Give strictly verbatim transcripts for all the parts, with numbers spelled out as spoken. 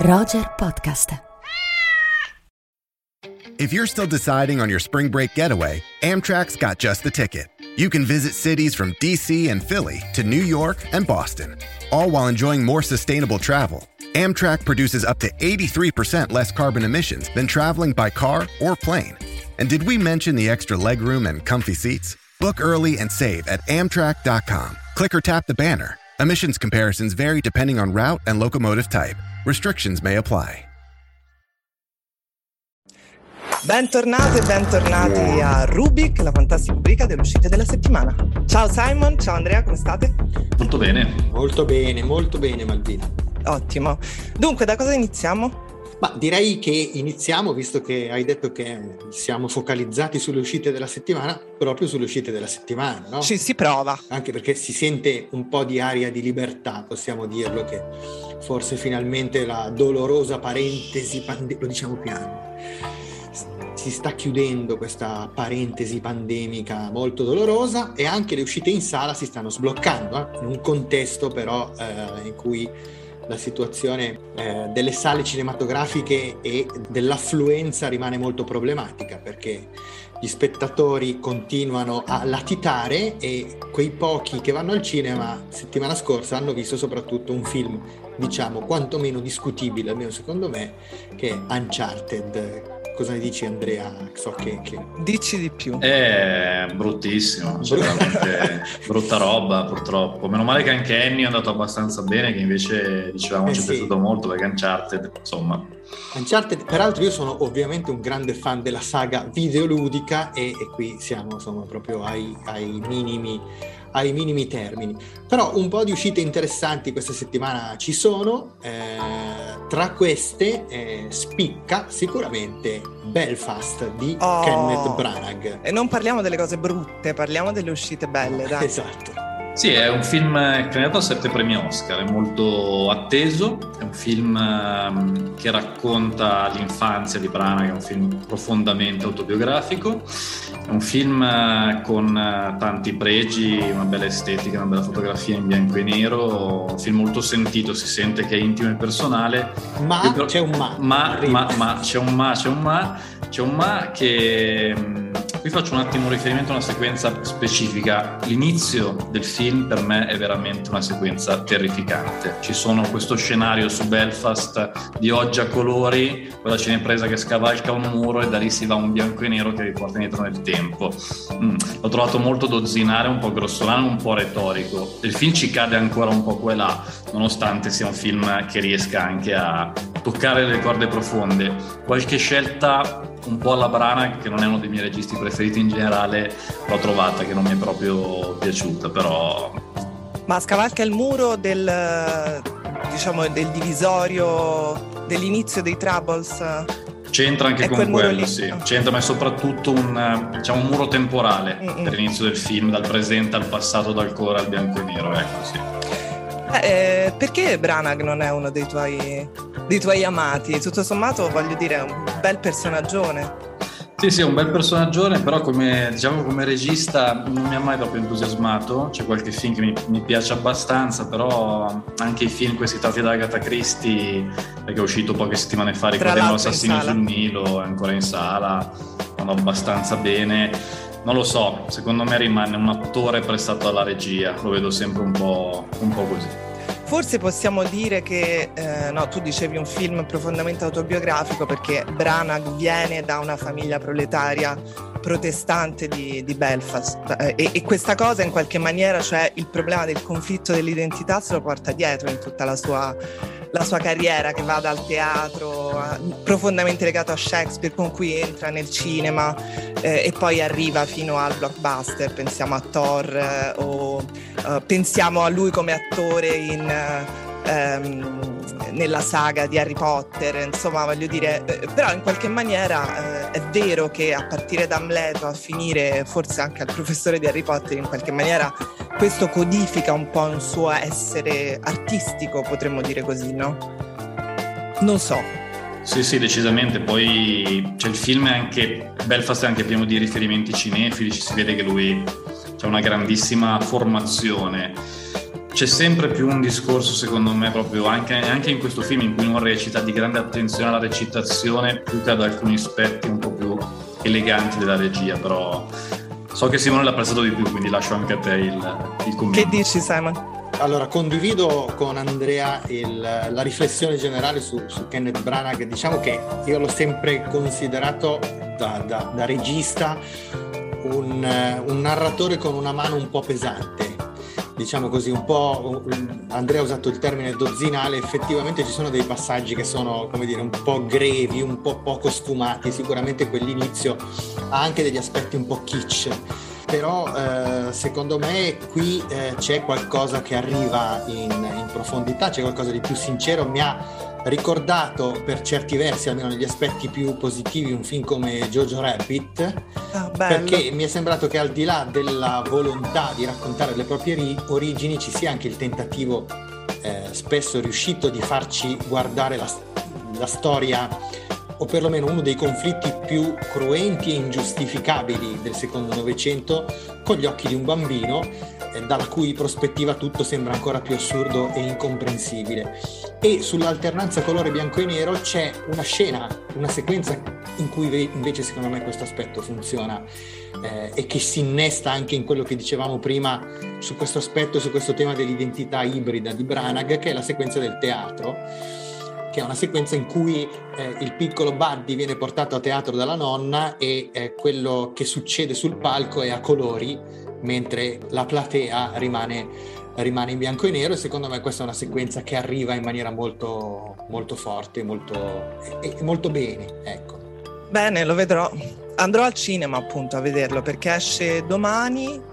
Roger Podcast. If you're still deciding on your spring break getaway, Amtrak's got just the ticket. You can visit cities from D C and Philly to New York and Boston, all while enjoying more sustainable travel. Amtrak produces up to eighty-three percent less carbon emissions than traveling by car or plane. And did we mention the extra legroom and comfy seats? Book early and save at Amtrak dot com. Click or tap the banner. Emissions comparisons vary depending on route and locomotive type. Restrictions may apply. Bentornate e bentornati a Rubik, la fantastica rubrica delle uscite della settimana. Ciao Simon, ciao Andrea, come state? Molto bene. Molto bene, molto bene Malvina. Ottimo. Dunque, da cosa iniziamo? Ma direi che iniziamo, visto che hai detto che siamo focalizzati sulle uscite della settimana, proprio sulle uscite della settimana, no? Ci si prova. Anche perché si sente un po' di aria di libertà, possiamo dirlo, che forse finalmente la dolorosa parentesi, pande- lo diciamo piano, si sta chiudendo questa parentesi pandemica molto dolorosa e anche le uscite in sala si stanno sbloccando, eh? In un contesto però eh, in cui la situazione eh, delle sale cinematografiche e dell'affluenza rimane molto problematica, perché gli spettatori continuano a latitare e quei pochi che vanno al cinema settimana scorsa hanno visto soprattutto un film, diciamo, quantomeno discutibile, almeno secondo me, che è Uncharted. Cosa ne dici, Andrea? So che, che... Dici di più. È bruttissimo, veramente brutta roba, purtroppo. Meno male che anche Annie è andato abbastanza bene, che invece dicevamo eh ci è sì. piaciuto molto, perché Uncharted, insomma. Uncharted, peraltro io sono ovviamente un grande fan della saga videoludica e, e qui siamo insomma proprio ai, ai minimi ai minimi termini, però un po' di uscite interessanti questa settimana ci sono, eh, tra queste eh, spicca sicuramente Belfast di Oh. Kenneth Branagh. E non parliamo delle cose brutte, parliamo delle uscite belle, dai. Esatto. Sì, è un film candidato a sette premi Oscar, è molto atteso, è un film um, che racconta l'infanzia di Branagh, è un film profondamente autobiografico, è un film uh, con uh, tanti pregi, una bella estetica, una bella fotografia in bianco e nero, un film molto sentito, si sente che è intimo e personale. Ma però, c'è un ma. Ma, ma, ma, c'è un ma, c'è un ma, c'è un ma che... Um, qui faccio un attimo riferimento a una sequenza specifica. L'inizio del film per me è veramente una sequenza terrificante. Ci sono questo scenario su Belfast di oggi a colori, quella cinepresa che scavalca un muro e da lì si va a un bianco e nero che riporta indietro nel tempo. Mm, l'ho trovato molto dozzinale, un po' grossolano, un po' retorico. Il film ci cade ancora un po' qua e là, nonostante sia un film che riesca anche a toccare le corde profonde. Qualche scelta un po' alla Branagh, che non è uno dei miei registi preferiti in generale, l'ho trovata che non mi è proprio piaciuta, però... Ma scavalca il muro del, diciamo, del divisorio dell'inizio dei Troubles? C'entra anche è con quel muro quello, lì. sì. C'entra, ma è soprattutto un, diciamo, un muro temporale Mm-mm. per l'inizio del film, dal presente al passato, dal colore al bianco e nero, ecco, sì. Eh, perché Branagh non è uno dei tuoi, dei tuoi amati? Tutto sommato, voglio dire, è un bel personaggione. Sì, sì, è un bel personaggione, però come, diciamo, come regista non mi ha mai proprio entusiasmato. C'è qualche film che mi, mi piace abbastanza, però anche i film questi tratti da Agatha Christie, perché è uscito poche settimane fa, ricordando l'Assassino sul Nilo, è ancora in sala, vanno abbastanza bene. Non lo so, secondo me rimane un attore prestato alla regia, lo vedo sempre un po', un po' così. Forse possiamo dire che, eh, no, tu dicevi un film profondamente autobiografico perché Branagh viene da una famiglia proletaria protestante di, di Belfast eh, e, e questa cosa in qualche maniera, cioè il problema del conflitto dell'identità, se lo porta dietro in tutta la sua, la sua carriera, che va dal teatro a, profondamente legato a Shakespeare, con cui entra nel cinema eh, e poi arriva fino al blockbuster. Pensiamo a Thor eh, o uh, pensiamo a lui come attore in uh, um, nella saga di Harry Potter, insomma, voglio dire, eh, però in qualche maniera eh, è vero che a partire da Amleto a finire forse anche al professore di Harry Potter, in qualche maniera questo codifica un po' un suo essere artistico, potremmo dire così, no? Non so. Sì, sì, decisamente. Poi c'è il film, è anche Belfast è anche pieno di riferimenti cinefili, ci si vede che lui c'ha una grandissima formazione. c'è sempre più un discorso, secondo me, proprio anche, anche in questo film in cui non recita, di grande attenzione alla recitazione più che ad alcuni aspetti un po' più eleganti della regia, però so che Simone l'ha apprezzato di più, quindi lascio anche a te il, il commento. Che dici, Simon? Allora, condivido con Andrea il, la riflessione generale su, su Kenneth Branagh. Diciamo che io l'ho sempre considerato da, da, da regista un, un narratore con una mano un po' pesante, diciamo così, un po'. Andrea ha usato il termine dozzinale. Effettivamente ci sono dei passaggi che sono, come dire, un po' grevi, un po' poco sfumati. Sicuramente quell'inizio ha anche degli aspetti un po' kitsch, però eh, secondo me qui eh, c'è qualcosa che arriva in, in profondità, c'è qualcosa di più sincero. Mi ha ricordato per certi versi, almeno negli aspetti più positivi, un film come Jojo Rabbit, ah, perché mi è sembrato che al di là della volontà di raccontare le proprie ri- origini ci sia anche il tentativo eh, spesso riuscito di farci guardare la, la storia, o perlomeno uno dei conflitti più cruenti e ingiustificabili del secondo Novecento, con gli occhi di un bambino, eh, dalla cui prospettiva tutto sembra ancora più assurdo e incomprensibile. E sull'alternanza colore bianco e nero c'è una scena, una sequenza in cui invece secondo me questo aspetto funziona eh, e che si innesta anche in quello che dicevamo prima su questo aspetto, su questo tema dell'identità ibrida di Branagh, che è la sequenza del teatro, che è una sequenza in cui eh, il piccolo Buddy viene portato a teatro dalla nonna e eh, quello che succede sul palco è a colori, mentre la platea rimane, rimane in bianco e nero. E secondo me questa è una sequenza che arriva in maniera molto, molto forte, molto, e, e molto bene, ecco. Bene, lo vedrò. Andrò al cinema appunto a vederlo, perché esce domani.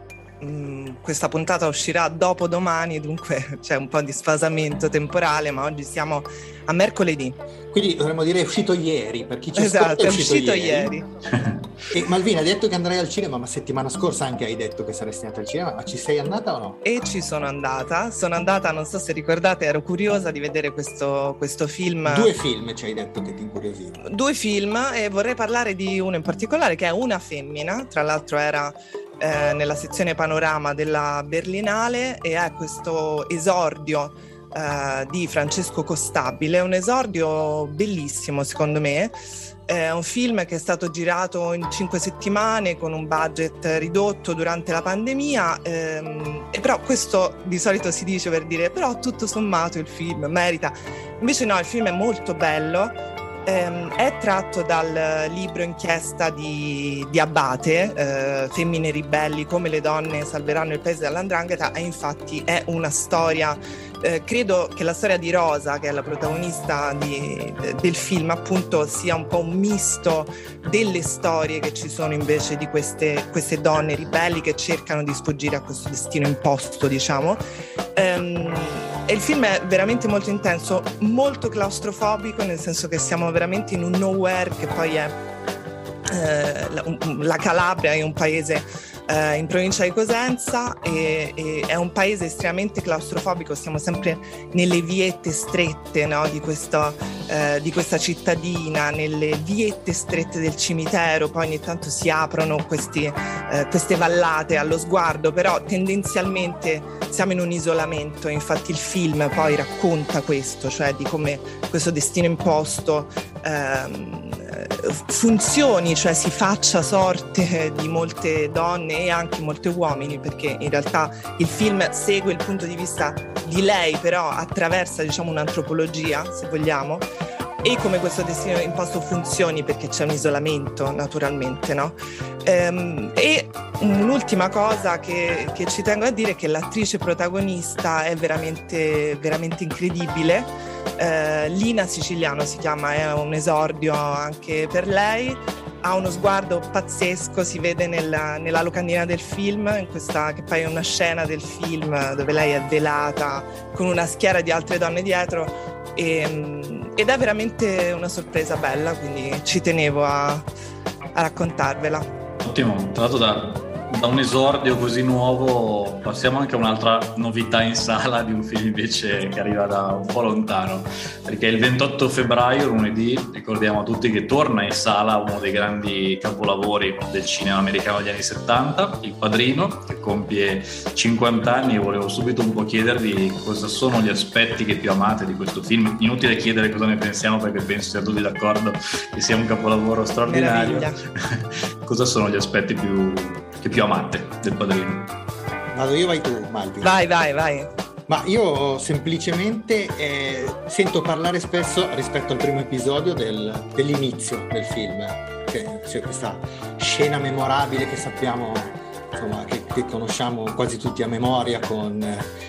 Questa puntata uscirà dopo domani, dunque c'è un po' di sfasamento temporale, ma oggi siamo a mercoledì. Quindi dovremmo dire è uscito ieri, per chi ci esatto, ascolta è uscito, uscito, uscito ieri. ieri. E Malvina, hai detto che andrai al cinema, ma settimana scorsa anche hai detto che saresti andata al cinema, ma ci sei andata o no? E ci sono andata, sono andata, non so se ricordate, ero curiosa di vedere questo, questo film. Due film ci hai detto che ti incuriosivano. Due film, e vorrei parlare di uno in particolare, che è Una femmina, tra l'altro era Eh, nella sezione panorama della Berlinale, e è questo esordio eh, di Francesco Costabile, un esordio bellissimo secondo me. È un film che è stato girato in cinque settimane con un budget ridotto durante la pandemia, ehm, e però questo di solito si dice per dire però tutto sommato il film merita. Invece no, il film è molto bello. Um, è tratto dal libro inchiesta di, di Abate, eh, Femmine ribelli, come le donne salveranno il paese dall'andrangheta, e infatti è una storia, eh, credo che la storia di Rosa, che è la protagonista di, del film, appunto sia un po' un misto delle storie che ci sono invece di queste, queste donne ribelli che cercano di sfuggire a questo destino imposto, diciamo. Um, E il film è veramente molto intenso, molto claustrofobico, nel senso che siamo veramente in un nowhere, che poi è eh, la, la Calabria, è un paese eh, in provincia di Cosenza, e, e è un paese estremamente claustrofobico. Siamo sempre nelle viette strette, no, di, questo, eh, di questa cittadina, nelle viette strette del cimitero. Poi ogni tanto si aprono questi, eh, queste vallate allo sguardo, però tendenzialmente siamo in un isolamento. Infatti il film poi racconta questo, cioè di come questo destino imposto ehm, funzioni, cioè si faccia sorte di molte donne e anche molti uomini, perché in realtà il film segue il punto di vista di lei, però attraversa, diciamo, un'antropologia, se vogliamo, e come questo destino imposto funzioni, perché c'è un isolamento naturalmente, no? Ehm, e un'ultima cosa che, che ci tengo a dire è che l'attrice protagonista è veramente, veramente incredibile. Eh, Lina Siciliano si chiama, è un esordio anche per lei. Ha uno sguardo pazzesco, si vede nella, nella locandina del film, in questa che poi è una scena del film dove lei è velata con una schiera di altre donne dietro. E, ed è veramente una sorpresa bella, quindi ci tenevo a, a raccontarvela. Ottimo, tra l'altro da da un esordio così nuovo passiamo anche a un'altra novità in sala di un film invece che arriva da un po' lontano, perché il ventotto febbraio, lunedì, ricordiamo a tutti che torna in sala uno dei grandi capolavori del cinema americano degli anni settanta, Il Padrino, che compie cinquanta anni, e volevo subito un po' chiedervi cosa sono gli aspetti che più amate di questo film. Inutile chiedere cosa ne pensiamo, perché penso sia tutti d'accordo che sia un capolavoro straordinario. Cosa sono gli aspetti più, che più amate del Padrino? Vado io, vai tu, Malvi. Vai, vai, vai. Ma io semplicemente eh, sento parlare spesso rispetto al primo episodio del, dell'inizio del film, che c'è questa scena memorabile che sappiamo, insomma, che, che conosciamo quasi tutti a memoria, con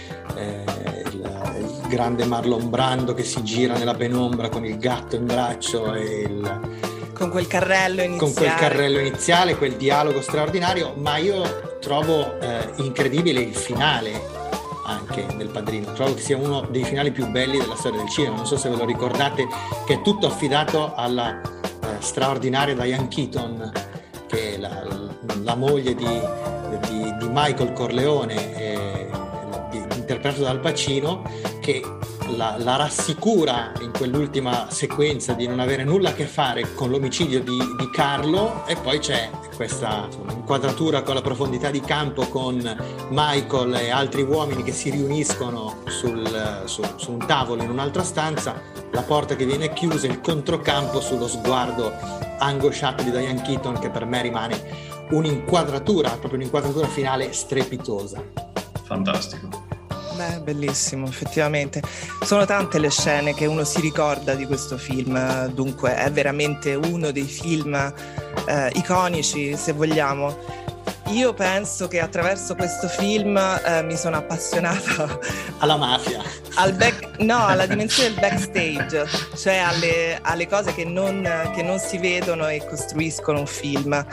eh, il, il grande Marlon Brando che si gira nella penombra con il gatto in braccio e il... Con quel carrello iniziale. Con quel carrello iniziale, quel dialogo straordinario, ma io trovo eh, incredibile il finale anche del Padrino. Trovo che sia uno dei finali più belli della storia del cinema. Non so se ve lo ricordate, che è tutto affidato alla eh, straordinaria Diane Keaton, che è la, la moglie di, di, di Michael Corleone, eh, di, interpretato da Al Pacino, che La, la rassicura in quell'ultima sequenza di non avere nulla a che fare con l'omicidio di, di Carlo, e poi c'è questa insomma, inquadratura con la profondità di campo con Michael e altri uomini che si riuniscono sul, su, su un tavolo in un'altra stanza, la porta che viene chiusa, il controcampo sullo sguardo angosciato di Diane Keaton, che per me rimane un'inquadratura, proprio un'inquadratura finale strepitosa. Fantastico. Beh, bellissimo, effettivamente. Sono tante le scene che uno si ricorda di questo film, dunque è veramente uno dei film eh, iconici, se vogliamo. Io penso che attraverso questo film eh, mi sono appassionata alla mafia, al back, no, alla dimensione del backstage, cioè alle, alle cose che non, che non si vedono e costruiscono un film.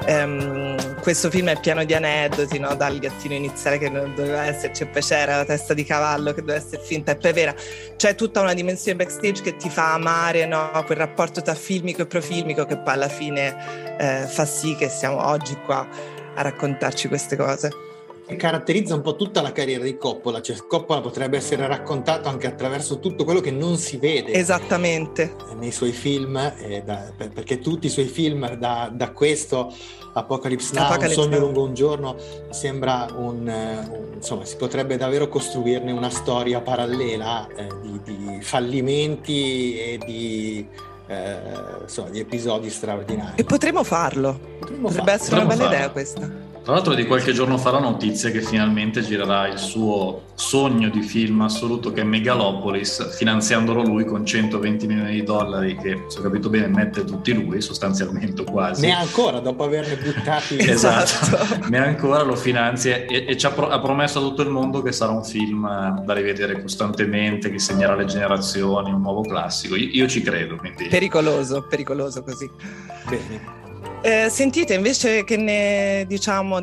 Um, questo film è pieno di aneddoti, no? Dal gattino iniziale che non doveva esserci, e poi c'era la testa di cavallo che doveva essere finta e poi vera. C'è tutta una dimensione backstage che ti fa amare, no? Quel rapporto tra filmico e profilmico che poi alla fine eh, fa sì che siamo oggi qua a raccontarci queste cose. Che caratterizza un po' tutta la carriera di Coppola, cioè Coppola potrebbe essere raccontato anche attraverso tutto quello che non si vede esattamente nei suoi film, eh, da, perché tutti i suoi film, da, da questo Apocalypse Now, Apocalypse Un sogno Now. lungo un giorno, sembra un, un insomma si potrebbe davvero costruirne una storia parallela eh, di, di fallimenti e di eh, insomma di episodi straordinari. E potremmo farlo, Potremmo potrebbe farlo. essere una Potremmo bella farlo. idea questa. Tra l'altro di qualche giorno fa la notizia che finalmente girerà il suo sogno di film assoluto, che è Megalopolis, finanziandolo lui con centoventi milioni di dollari, che, se ho capito bene, mette tutti lui, sostanzialmente, quasi. Ne ancora, dopo averne buttati. Esatto, Esatto. ne ancora lo finanzia e, e ci ha, pro- ha promesso a tutto il mondo che sarà un film eh, da rivedere costantemente, che segnerà le generazioni, un nuovo classico. Io, io ci credo, quindi... Pericoloso, pericoloso così. Bene. Eh, sentite, invece che ne diciamo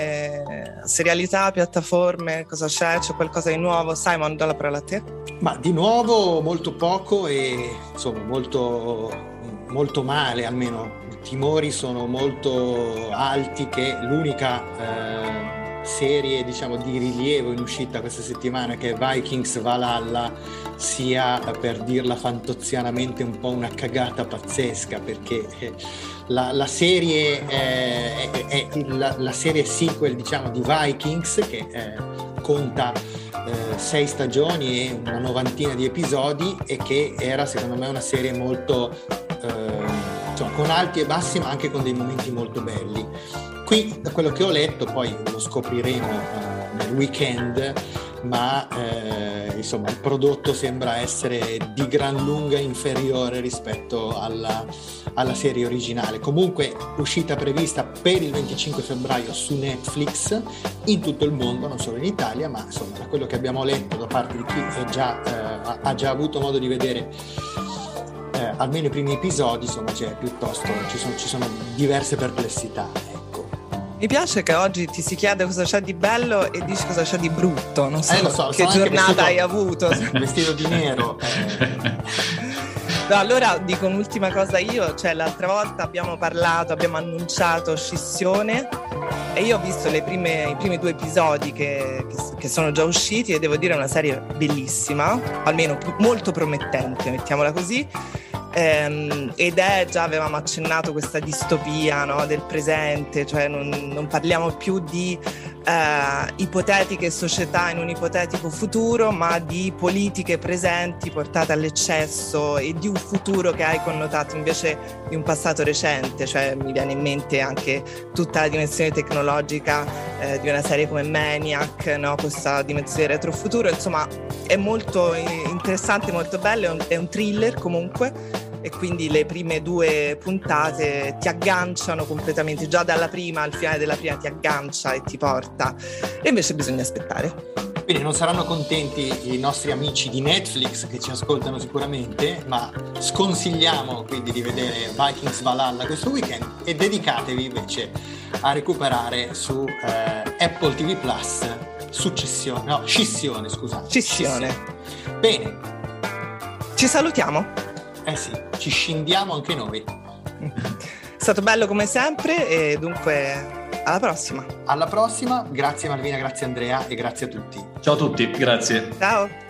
delle serialità, piattaforme, cosa c'è? C'è qualcosa di nuovo? Simon, do la parola a te. Ma di nuovo molto poco e insomma molto, molto male, almeno i timori sono molto alti che l'unica eh, serie diciamo di rilievo in uscita questa settimana, che è Vikings Valhalla, sia, per dirla fantozianamente, un po' una cagata pazzesca, perché eh, la, la serie eh, è, è, è la, la serie sequel diciamo di Vikings, che eh, conta eh, sei stagioni e una novantina di episodi, e che era secondo me una serie molto eh, insomma, con alti e bassi, ma anche con dei momenti molto belli. Qui, da quello che ho letto, poi lo scopriremo uh, nel weekend, ma eh, insomma il prodotto sembra essere di gran lunga inferiore rispetto alla, alla serie originale. Comunque uscita prevista per il venticinque febbraio su Netflix in tutto il mondo, non solo in Italia, ma insomma da quello che abbiamo letto da parte di chi è già, eh, ha già avuto modo di vedere eh, almeno i primi episodi, insomma c'è piuttosto, ci sono, ci sono diverse perplessità, ecco. Mi piace che oggi ti si chiede cosa c'è di bello e dici cosa c'è di brutto, non so, Eh, lo so, che sono anche giornata vestito- hai avuto. vestito di nero. eh. No, allora dico un'ultima cosa io, cioè l'altra volta abbiamo parlato, abbiamo annunciato Scissione e io ho visto le prime, i primi due episodi che, che, che sono già usciti e devo dire è una serie bellissima, almeno molto promettente, mettiamola così. Ehm, ed è, già avevamo accennato questa distopia, no, del presente, cioè non, non parliamo più di eh, ipotetiche società in un ipotetico futuro, ma di politiche presenti portate all'eccesso e di un futuro che ha i connotati invece di un passato recente, cioè mi viene in mente anche tutta la dimensione tecnologica eh, di una serie come Maniac, no? Questa dimensione retrofuturo, insomma è molto interessante, molto bello, è un, è un thriller comunque. E quindi le prime due puntate ti agganciano completamente, già dalla prima al finale della prima ti aggancia e ti porta, e invece bisogna aspettare. Quindi non saranno contenti i nostri amici di Netflix che ci ascoltano sicuramente, ma sconsigliamo quindi di vedere Vikings Valhalla questo weekend e dedicatevi invece a recuperare su eh, Apple ti vu Plus Successione, no, Scissione, scusate. Scissione. Scissione. Bene. Ci salutiamo. Eh sì, ci scindiamo anche noi. È stato bello come sempre e dunque alla prossima. Alla prossima, grazie Malvina, grazie Andrea e grazie a tutti. Ciao a tutti, grazie. Ciao.